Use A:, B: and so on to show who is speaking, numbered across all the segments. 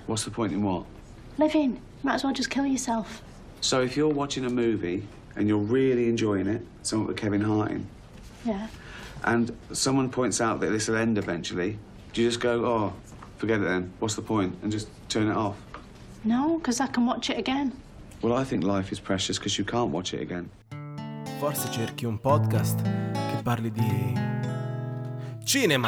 A: What's the point in what?
B: Living. Might as well just kill yourself.
A: So if you're watching a movie and you're really enjoying it, something with Kevin Hart in,
B: Yeah.
A: and someone points out that this will end eventually, do you just go, oh, forget it then, what's the point, and just turn it off?
B: No, because I can watch it again.
A: Well, I think life is precious because you can't watch it again.
C: Forse cerchi un podcast che parli di cinema,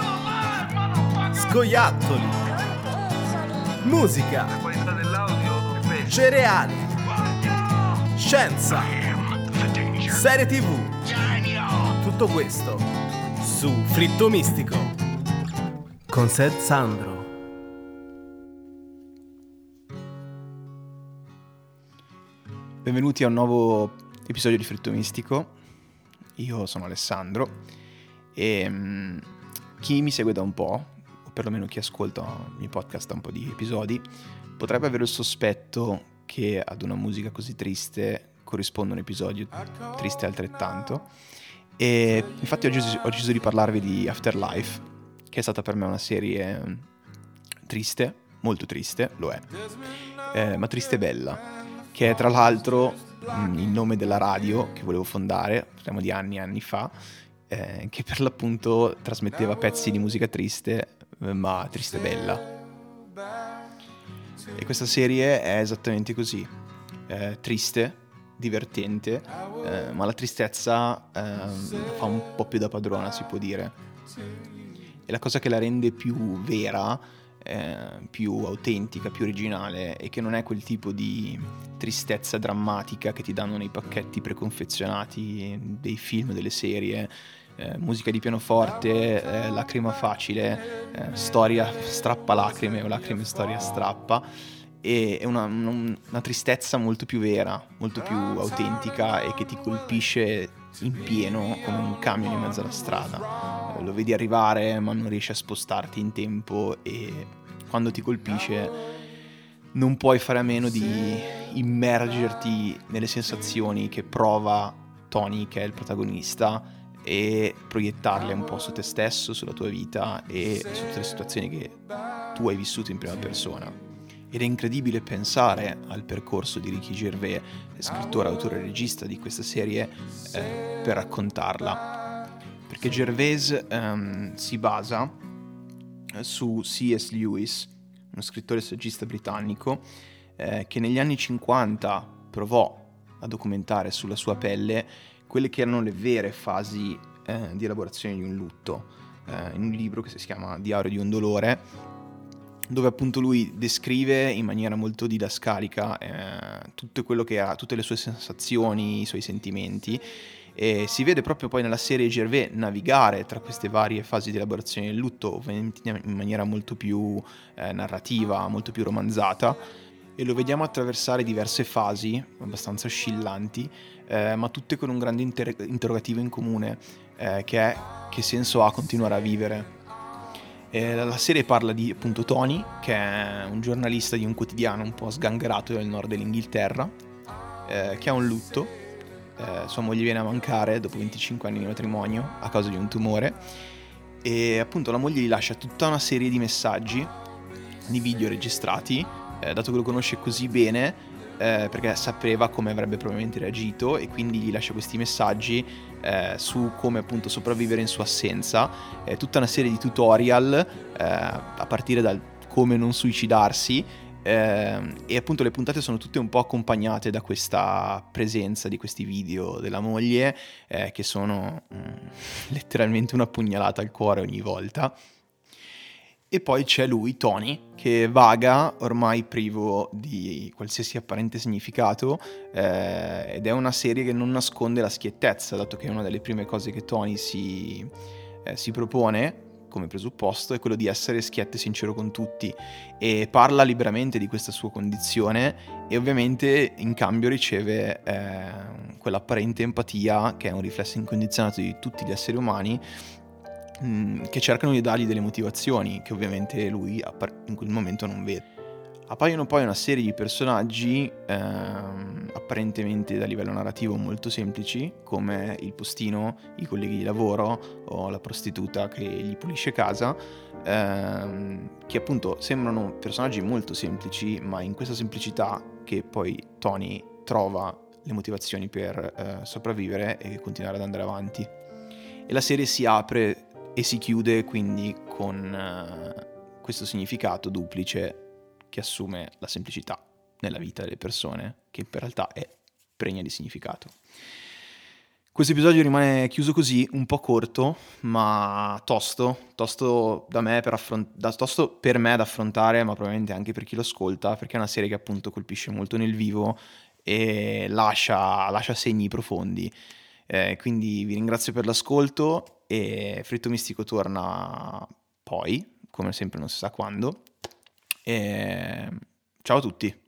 C: scoiattoli, musica, cereali, scienza, serie TV. Tutto questo su Fritto Mistico con Sed Sandro.
D: Benvenuti a un nuovo episodio di Fritto Mistico. Io sono Alessandro e chi mi segue da un po', o perlomeno chi ascolta i miei podcast da un po' di episodi, potrebbe avere il sospetto che ad una musica così triste corrisponda un episodio triste altrettanto. E infatti oggi ho deciso di parlarvi di Afterlife, che è stata per me una serie triste, molto triste, lo è, ma triste e bella, che è tra l'altro il nome della radio che volevo fondare, parliamo di anni e anni fa, che per l'appunto trasmetteva pezzi di musica triste, ma triste e bella. E questa serie è esattamente così, triste, divertente, ma la tristezza fa un po' più da padrona, si può dire. E la cosa che la rende più vera, più autentica, più originale, e che non è quel tipo di tristezza drammatica che ti danno nei pacchetti preconfezionati dei film, delle serie, musica di pianoforte, lacrima facile, storia strappa lacrime o lacrime storia strappa. È una tristezza molto più vera, molto più autentica e che ti colpisce in pieno come un camion in mezzo alla strada. Lo vedi arrivare ma non riesci a spostarti in tempo, e quando ti colpisce non puoi fare a meno di immergerti nelle sensazioni che prova Tony, che è il protagonista, e proiettarle un po' su te stesso, sulla tua vita e su tutte le situazioni che tu hai vissuto in prima persona. Ed è incredibile pensare al percorso di Ricky Gervais, scrittore, autore e regista di questa serie, per raccontarla. Perché Gervais si basa su C.S. Lewis, uno scrittore e saggista britannico, che negli anni 50 provò a documentare sulla sua pelle quelle che erano le vere fasi di elaborazione di un lutto, in un libro che si chiama Diario di un dolore, dove appunto lui descrive in maniera molto didascalica tutto quello che ha, tutte le sue sensazioni, i suoi sentimenti, e si vede proprio poi nella serie Gervais navigare tra queste varie fasi di elaborazione del lutto, ovviamente in maniera molto più narrativa, molto più romanzata, e lo vediamo attraversare diverse fasi abbastanza oscillanti, ma tutte con un grande interrogativo in comune, che è: che senso ha continuare a vivere? La serie parla di appunto Tony, che è un giornalista di un quotidiano un po' sgangherato del nord dell'Inghilterra, che ha un lutto. Sua moglie viene a mancare dopo 25 anni di matrimonio a causa di un tumore, e appunto la moglie gli lascia tutta una serie di messaggi, di video registrati, dato che lo conosce così bene, perché sapeva come avrebbe probabilmente reagito, e quindi gli lascia questi messaggi su come appunto sopravvivere in sua assenza, tutta una serie di tutorial, a partire dal come non suicidarsi, e appunto le puntate sono tutte un po' accompagnate da questa presenza di questi video della moglie, che sono letteralmente una pugnalata al cuore ogni volta. E poi c'è lui, Tony, che vaga ormai privo di qualsiasi apparente significato, ed è una serie che non nasconde la schiettezza, dato che una delle prime cose che Tony si propone come presupposto è quello di essere schietto e sincero con tutti, e parla liberamente di questa sua condizione, e ovviamente in cambio riceve quell'apparente empatia che è un riflesso incondizionato di tutti gli esseri umani, che cercano di dargli delle motivazioni che ovviamente lui in quel momento non vede. Appaiono poi una serie di personaggi apparentemente da livello narrativo molto semplici, come il postino, i colleghi di lavoro o la prostituta che gli pulisce casa, che appunto sembrano personaggi molto semplici, ma in questa semplicità che poi Tony trova le motivazioni per sopravvivere e continuare ad andare avanti. E la serie si apre e si chiude quindi con questo significato duplice che assume la semplicità nella vita delle persone, che in realtà è pregna di significato. Questo episodio rimane chiuso così, un po' corto, ma tosto da me tosto per me da affrontare, ma probabilmente anche per chi lo ascolta, perché è una serie che appunto colpisce molto nel vivo e lascia segni profondi. Quindi vi ringrazio per l'ascolto e Fritto Mistico torna poi, come sempre non si sa quando. Ciao a tutti.